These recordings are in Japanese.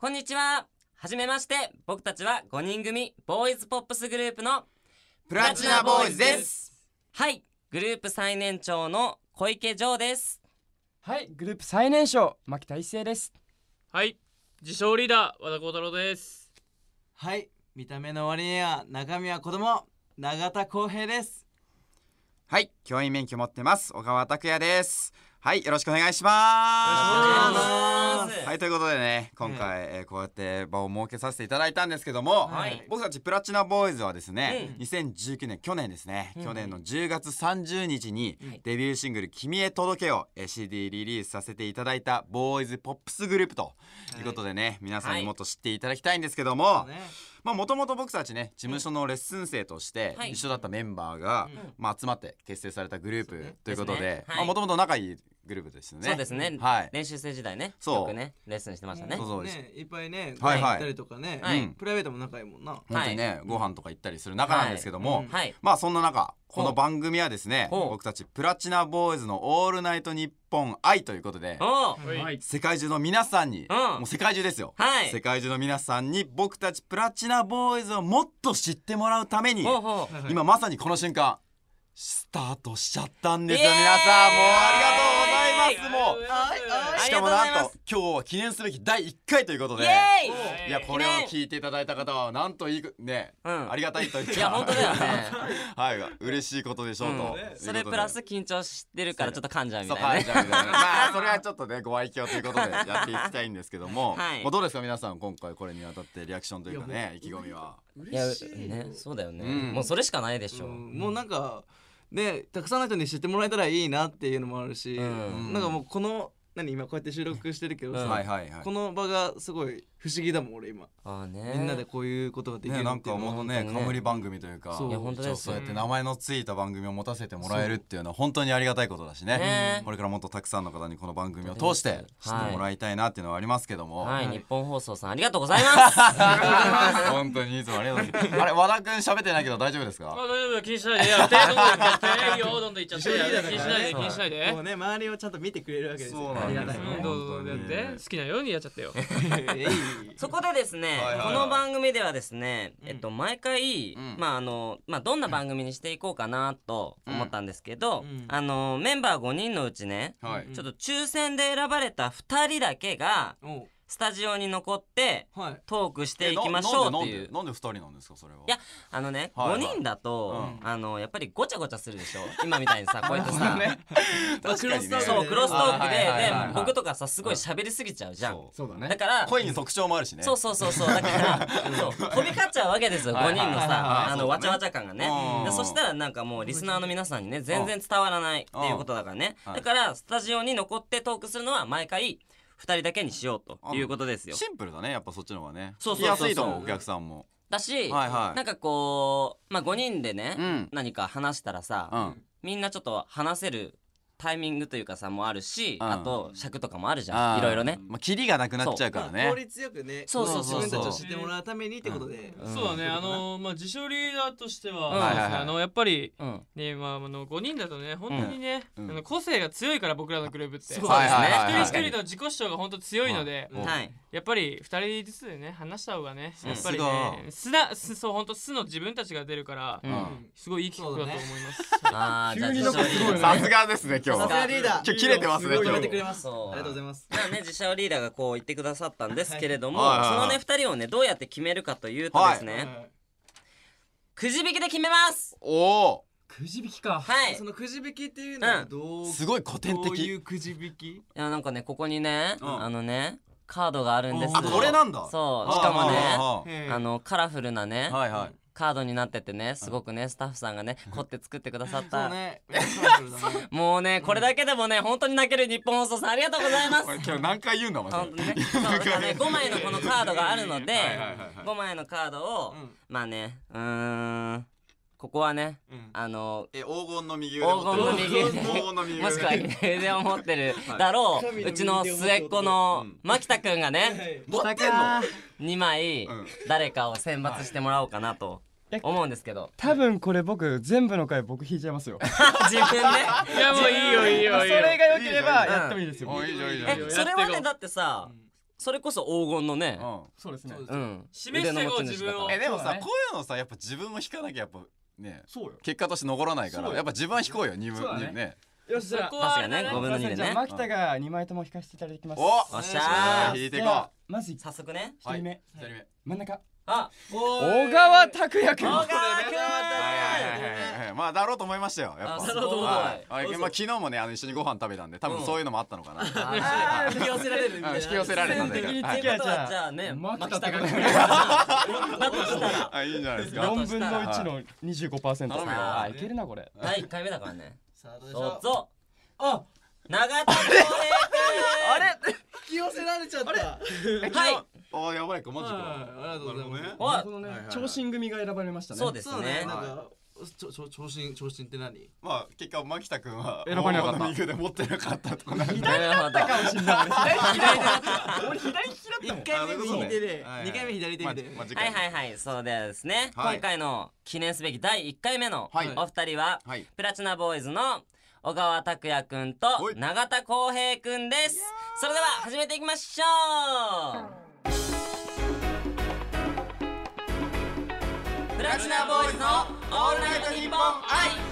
こんにちは。はじめまして。僕たちは5人組ボーイズポップスグループのプラチナボーイズです。 はい、グループ最年長の小池城です。 はい、グループ最年少牧田一成です。 はい、自称リーダー和田幸太郎です。 はい、見た目の割には中身は子供永田浩平です。 はい、教員免許持ってます小川拓也です。はい、よろしくお願いします。はい、ということでね、今回、こうやって場を設けさせていただいたんですけども、僕たちプラチナボーイズはですね、2019年去年ですね、去年の10月30日にデビューシングル「君へ届け」を CD リリースさせていただいたボーイズポップスグループということでね、皆さんにもっと知っていただきたいんですけども、もともと僕たちね、事務所のレッスン生として一緒だったメンバーが、集まって結成されたグループということで、もともと仲いいグループですよね。 そうですね、 はい、 練習生時代ね、よくねレッスンしてましたね。 そうね、いっぱいねご飯行ったりとかね、プライベートも仲いいもんな。 本当にね、ご飯とか行ったりする仲なんですけども、まあそんな中この番組はですね、僕たちプラチナボーイズのオールナイトニッポン愛ということで、世界中の皆さんに、もう世界中ですよ、世界中の皆さんに僕たちプラチナボーイズをもっと知ってもらうために、今まさにこの瞬間スタートしちゃったんですよ。皆さんもうありがとうございます。もうしかもなんと今日は記念すべき第1回ということで、いやこれを聞いていただいた方はなんといいね、ありがたいというか、 いや本当だよねはい、嬉しいことでしょうと。 それプラス緊張してるからちょっと噛んじゃうみたいなね。 まあそれはちょっとねご愛嬌ということでやっていきたいんですけども、もうどうですか皆さん、今回これにあたってリアクションというかね、意気込みは。 いやね、そうだよね、もうそれしかないでしょ。 もうなんかね、たくさんの人に知ってもらえたらいいなっていうのもあるし、なんかもうこの今こうやって収録してるけどさ、この場がすごい不思議だもん俺今。みんなでこういうことができるなんかもうね、冠番組というか、そうやって名前のついた番組を持たせてもらえるっていうのは本当にありがたいことだしね、これからもっとたくさんの方にこの番組を通して知ってもらいたいなっていうのはありますけども、 日本放送さんありがとうございます本当にいつもありがとうございます。あれ和田くん喋ってないけど大丈夫ですか？ 大丈夫、気にしないでやって、どんどんいっちゃってよ、どんどんいっちゃって、気にしないで気にしないで。 もうね、周りをちゃんと見てくれるわけですよ。 ありがたい。 どうぞやって、好きなようにやっちゃってよ。 そこでですね、この番組ではですね、毎回どんな番組にしていこうかなと思ったんですけど、メンバー5人のうちね、ちょっと抽選で選ばれた2人だけがスタジオに残ってトークしていきましょうっていう。 なんで2人なんですかそれは？ いや5人だとやっぱりごちゃごちゃするでしょ。今みたいにさこうやってさ確かにね、 そうクロストークで僕とかさすごい喋りすぎちゃうじゃん。だから声に特徴もあるしね。 そうだから飛び交っちゃうわけですよ5人のさわちゃわちゃ感がね。そしたらなんかもうリスナーの皆さんにね全然伝わらないっていうことだからね。だからスタジオに残ってトークするのは毎回2人だけにしようということですよ。 シンプルだね、やっぱそっちの方がね。 そう聞きやすいと思う、お客さんも。 だし、なんかこう5人でね何か話したらさ、みんなちょっと話せるタイミングというかさもあるし、あと尺とかもあるじゃん、いろいろね。 キリがなくなっちゃうからね。 効率よくね、自分たちを知ってもらうためにってことで。 そうだね、自称リーダーとしてはやっぱりね、5人だとね本当にね個性が強いから、僕らのグループって。 そうですね、 一人一人の自己主張が本当強いので、やっぱり2人ずつでね話した方がね、やっぱりねそう本当素の自分たちが出るから、すごいいい企画だと思います。 急になんかすごいね。 さすがですね今日は。 さすがリーダー。 今日切れてますね。 止めてくれます。ありがとうございます。 自称リーダーがこう言ってくださったんですけれども、そのね2人をねどうやって決めるかというとですね、くじ引きで決めます。 くじ引きか。 そのくじ引きっていうのはすごい古典的。 どういうくじ引き？ いやなんかねここにねカードがあるんです。 これなんだ。 そう、しかもねカラフルなねカードになっててね、すごくねスタッフさんがね凝って作ってくださった。もうねこれだけでもね本当に泣ける日本放送さんありがとうございます。 今日何回言うんだもん。 本当にね。そうだからね5枚のこのカードがあるので、5枚のカードをここはね黄金の右腕もしくは左腕を持ってるだろううちの末っ子の牧田くんがね2枚誰かを選抜してもらおうかなと思うんですけど、 多分これ僕全部の回僕引いちゃいますよ。 自分で。 いやもういいよそれが良ければやってもいいですよ。 それはねだってさそれこそ黄金のね、 そうですね、 示していこう自分を。 でもさ、こういうのさやっぱ自分も弾かなきゃやっぱね、結果として残らないから、やっぱ自分は弾こうよ、2分ね。 よし、じゃあ確かにね、5分の2でね。 牧田が2枚とも弾かせていただきます。 おっしゃー、弾いていこう。まず早速ね、 1人目真ん中、 あ、 小川拓也君。 まあだろうと思いましたよ、やっぱ。 だろうと思った。 まあ昨日もね一緒にご飯食べたんで、多分そういうのもあったのかな。 引き寄せられるみたいな。 引き寄せられたんで。 じゃあね、 牧田君。 だとしたらいいんじゃないですか。 4分の1の 25%。あ、いけるなこれ。 第1回目だからね。 さあどうどうぞ。 あ、 永田浩平君。 あれ引き寄せられちゃった。 はい。 あ、やばいか、マジか。 ありがとうございます。 このね、長身組が選ばれましたね。 そうですね。 なんか長身って何？ まあ結果牧田君は選ばれなかった。 右腕持ってなかったとか。 左だったかもしれない。俺左利きだったもん。 1回目右手で、2回目左手で。 はい、そうですね。今回の記念すべき第1回目のお二人はプラチナボーイズの小川拓也くんと永田浩平くんです。それでは始めていきましょう。プラチナボーイズのオールナイトニッポン愛。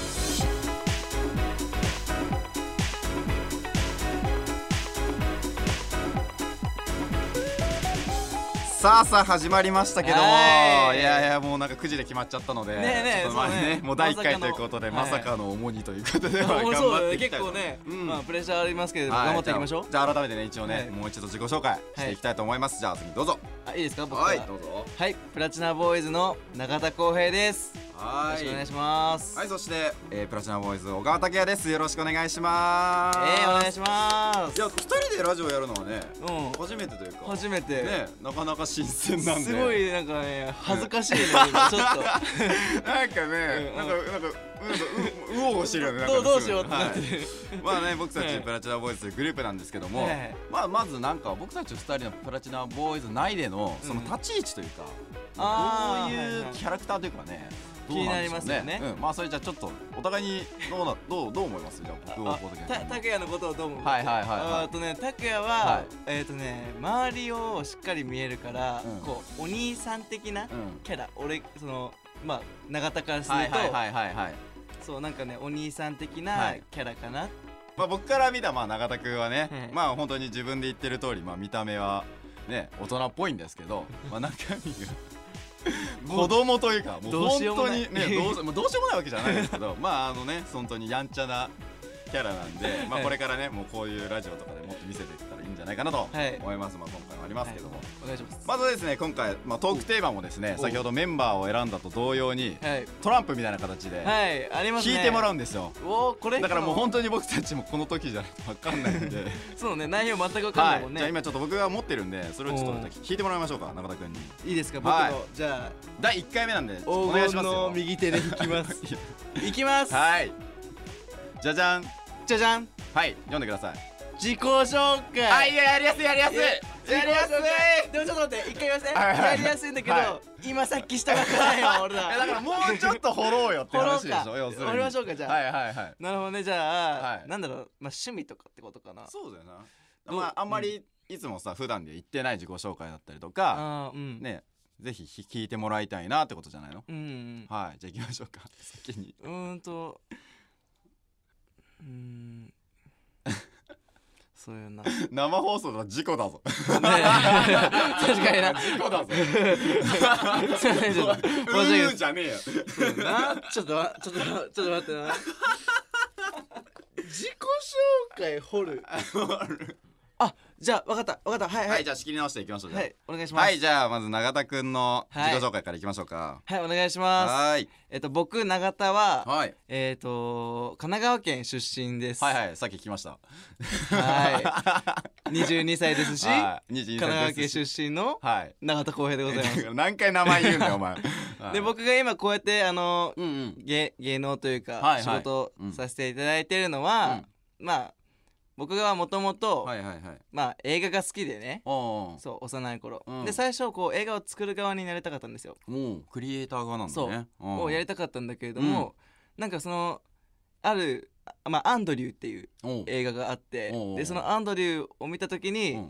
さあ始まりましたけども、いやもうなんか9時で決まっちゃったので、もう第1回ということでまさかの重荷ということで頑張っていきたい。 結構ね、まあプレッシャーありますけれども頑張っていきましょう。 じゃあ改めてね、一応ねもう一度自己紹介していきたいと思います。じゃあ次どうぞ。 いいですか、僕はい、どうぞ。 はい、プラチナボーイズの永田浩平です。よろしくお願いします。 はい、そしてプラチナボーイズ小川拓也です。よろしくお願いします。 お願いします。 いや、2人でラジオやるのはね初めてというか、 初めてね、なかなか新鮮なんで、 すごいなんかね恥ずかしいね今ちょっとなんかね、なんかうおうしてるよね。 どうしようってなってる。 まあね、僕たちプラチナボーイズというグループなんですけども、まずなんか僕たち2人のプラチナボーイズ内でのその立ち位置というか、どういうキャラクターというかね、 気になりますよね。 まあそれじゃあちょっとお互いにどう思います？じゃあ僕を拓也のことをどう思う？ はい。 拓也は周りをしっかり見えるからこうお兄さん的なキャラ、俺そのまあ永田からするとそうなんかねお兄さん的なキャラかな。 まあ僕から見た永田君はね、まあ本当に自分で言ってる通り、まあ見た目はね大人っぽいんですけど、まあ中身が子供というか、もう本当にねどうしようもないわけじゃないですけど、まあ本当にやんちゃなキャラなんで、まあこれからねもうこういうラジオとかでもっと見せていったらいいんじゃないかなと思います。まあ今回もありますけども、 お願いします。 まずですね、今回トークテーマもですね、先ほどメンバーを選んだと同様にトランプみたいな形で引いてもらうんですよ。だからもう本当に僕たちもこの時じゃないと分かんないんでそうね、内容全く分かんないもんね。 じゃあ今ちょっと僕が持ってるんで、それをちょっと引いてもらいましょうか、中田君に。 いいですか、僕のじゃあ第1回目なんでお願いしますよ。 黄金の右手で引きますいきます。 はい、じゃじゃんじゃじゃん。 はい、読んでください。 自己紹介。 いや、やりやすいでもちょっと待って、一回言わせて。やりやすいんだけど今さっきしたばっかだよ俺ら。 だからもうちょっと掘ろうよって話でしょ。 掘りましょうか。じゃあはいなるほどね。じゃあなんだろう、まあ趣味とかってことかな。 そうだよな。まああんまりいつもさ普段で言ってない自己紹介だったりとかね、ぜひ聞いてもらいたいなってことじゃないの。はい、じゃあ行きましょうか。先にそういうな生放送だ、事故だぞ。 確かにな、 事故だぞ。じゃねえよ。 ちょっと待ってな。自己紹介掘る。じゃあ分かったはい、 じゃあ仕切り直していきましょう。 はい、お願いします。 はい、じゃあまず永田くんの自己紹介からいきましょうか。 はい、お願いします。 はい、 僕永田は神奈川県出身です。 はい、さっき聞きました。 はい、22歳ですし、神奈川県出身の永田浩平でございます。 何回名前言うんだよお前。 で、僕が今こうやって芸能というか仕事させていただいてるのは、まあ僕がもともと映画が好きでね、そう幼い頃で最初こう映画を作る側になりたかったんですよ。 クリエイター側なんだね。 をやりたかったんだけれども、なんかそのあるアンドリューっていう映画があって、でそのアンドリューを見た時に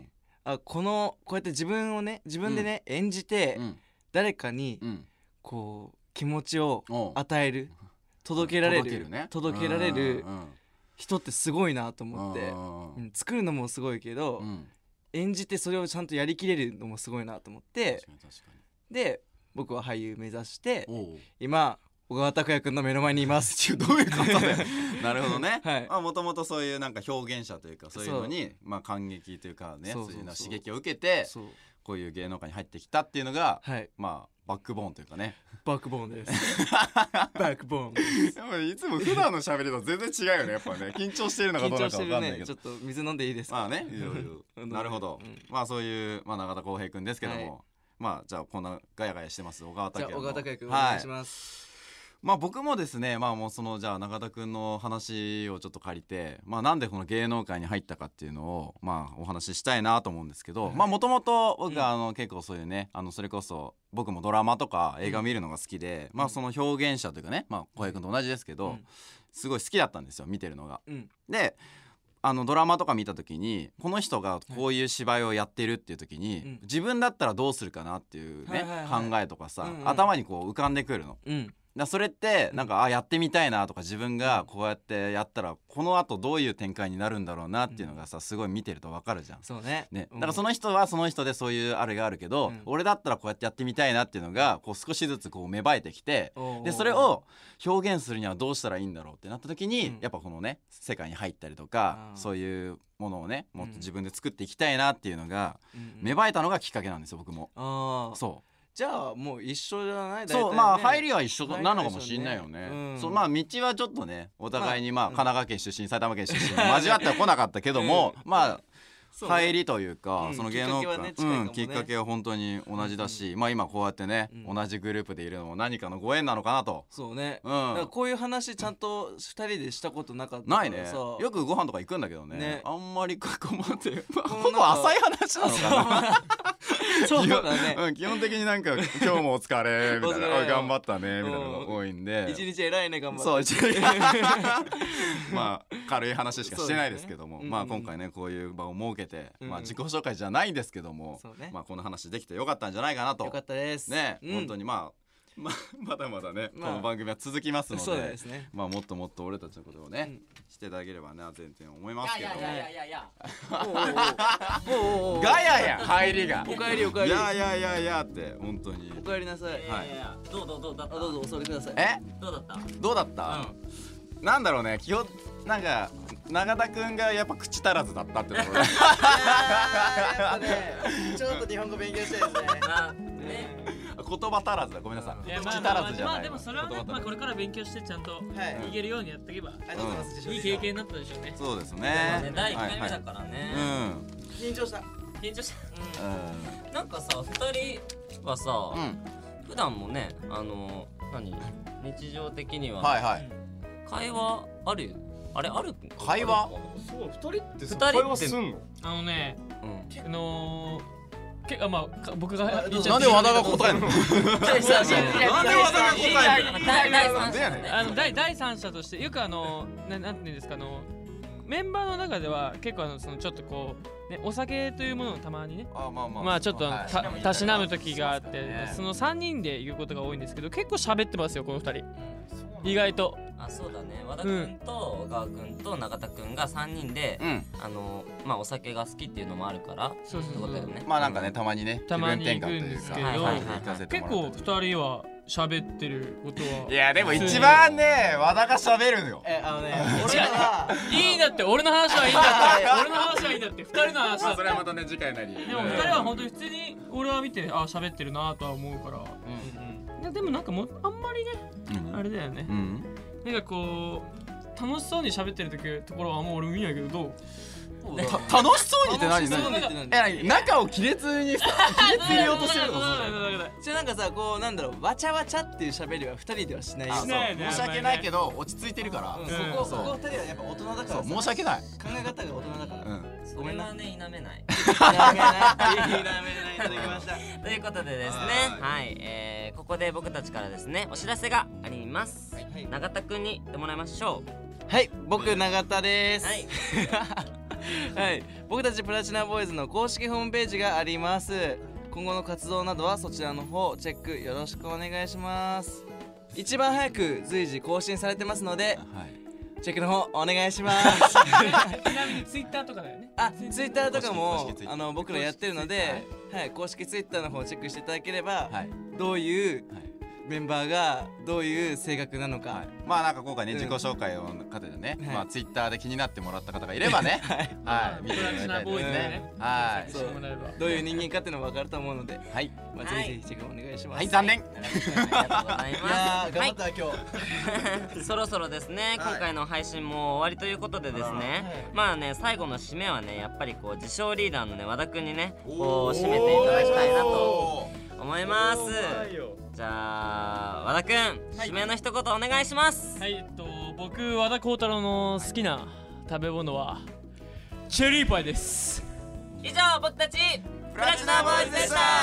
こうやって自分でね演じて誰かにこう気持ちを与える届けられる人ってすごいなと思って、作るのもすごいけど、演じてそれをちゃんとやりきれるのもすごいなと思って、で僕は俳優目指して今小川拓哉君の目の前にいます。 どういうことでなるほどね。もともとそういうなんか表現者というかそういうのに感激というかね、そういうの刺激を受けてこういう芸能界に入ってきたっていうのがまあバックボーンというかね。 バックボーンです。バックボーンです。 やっぱりいつも普段の喋りと全然違うよね。やっぱね緊張してるのかどうなのか分かんないけど。 ちょっと水飲んでいいですか。 まあね。なるほど。まあそういう永田浩平君ですけども、まあじゃあこんなガヤガヤしてます小川拓哉。 じゃあ小川拓哉君お願いします。 まあ僕もですね、まあもうじゃあ永田くんの話をちょっと借りて、まあなんでこの芸能界に入ったかっていうのをまあお話ししたいなと思うんですけど、まあもともと僕は結構そういうねそれこそ僕もドラマとか映画見るのが好きで、まあその表現者というかね、まあ浩平くんと同じですけど、すごい好きだったんですよ見てるのが。でドラマとか見た時にこの人がこういう芝居をやってるっていう時に、自分だったらどうするかなっていうね考えとかさ、頭にこう浮かんでくるの。それってなんかやってみたいなとか自分がこうやってやったらこのあとどういう展開になるんだろうなっていうのがさすごい見てると分かるじゃん。 そうね。 だからその人はその人でそういうあれがあるけど、俺だったらこうやってやってみたいなっていうのがこう少しずつこう芽生えてきて、でそれを表現するにはどうしたらいいんだろうってなった時に、やっぱこのね世界に入ったりとかそういうものをねもっと自分で作っていきたいなっていうのが芽生えたのがきっかけなんですよ僕も。そうじゃあもう一緒じゃない？ そうまあ入りは一緒なのかもしれないよね。そうまあ道はちょっとねお互いにまあ神奈川県出身埼玉県出身交わっては来なかったけどもまあ入りというかその芸能界きっかけは本当に同じだし、まあ今こうやってね同じグループでいるのも何かのご縁なのかなと。 そうね。だからこういう話ちゃんと2人でしたことなかったないね。よくご飯とか行くんだけどねあんまりここまでほぼ浅い話なのかな。そうだね。基本的になんか今日もお疲れみたいな頑張ったねみたいなのが多いんで一日偉いね頑張ってそう一日まあ軽い話しかしてないですけども、まあ今回ねこういう場を設けてまあ自己紹介じゃないんですけどもまあこの話できてよかったんじゃないかなと。 よかったですね。本当にまだまだねこの番組は続きますのでまあもっともっと俺たちのことをねしていただければな全然思いますけども。ガヤや入りがおかえりおかえりいやって本当におかえりなさい。 どうだった？ どうぞお座りください。 どうだった？ なんだろうね基本なんか永田くんがやっぱ口足らずだったってところでちょっと日本語勉強してですね。 言葉足らずだごめんなさい。口足らずじゃない。 まあでもそれはねこれから勉強してちゃんといけるようにやっていけばいい経験になったでしょうね。 そうですね。 第1回目だからね。 緊張した。 なんかさ2人はさ普段もね日常的には会話ある？あれある？ 会話？ そう2人ってさ会話すんの？ まあ僕がなんで和田が答えるの？なんで和田が答えるの？ 第三者としてよくなんていうんですかメンバーの中では結構ちょっとこうねお酒というものをたまにねまあちょっとたしなむ時があってその3人で言うことが多いんですけど結構喋ってますよこの2人意外と。 そうだね和田君と小川君と永田君が3人でまあお酒が好きっていうのもあるからってことだよね。 まあなんかねたまにねたまに行くんですけど結構2人は喋ってることは。 いやでも一番ね和田が喋るのよ。 俺いいんだって俺の話はいいんだって俺の話はいいんだって2人の話だって。 それはまたね次回なり。 でも2人は本当に普通に俺は見て喋ってるなとは思うから。でもなんかあんまりねあれだよね。なんかこう楽しそうに喋ってるところはもう俺見ないけどどう？ 楽しそうにって何？中を亀裂に入れようとしてるの？ じゃあなんかさこうなんだろうわちゃわちゃっていう喋りは2人ではしないよ。 申し訳ないけど落ち着いてるからここ2人はやっぱ大人だから申し訳ない考え方が大人だからそれはね否めないということでですねはいここで僕たちからですねお知らせがあります。永田くんに言ってもらいましょう。 はい僕永田です。 はい、僕たちプラチナボーイズの公式ホームページがあります。今後の活動などはそちらの方チェックよろしくお願いします。一番早く随時更新されてますので、チェックの方お願いしますちなみにツイッターとかだよね。 ツイッターとかも僕らやってるので、公式ツイッターの方をチェックしていただければ、どういうメンバーがどういう性格なのか、 まあなんか今回ね自己紹介を方でね、まあツイッターで気になってもらった方がいればね、 見てもらいたいですね。 どういう人間かっていうのが分かると思うので、ぜひぜひチェックお願いします。 はい、残念。 ありがとうございます。 頑張った今日。そろそろですね、今回の配信も終わりということでですね、まあね最後の締めはねやっぱりこう自称リーダーのね和田くんにねこう締めていただきたいなと思います。じゃあ和田くん、締めの一言お願いします。 はい、僕和田幸太郎の好きな食べ物はチェリーパイです。 以上僕たちプラチナボーイズでした。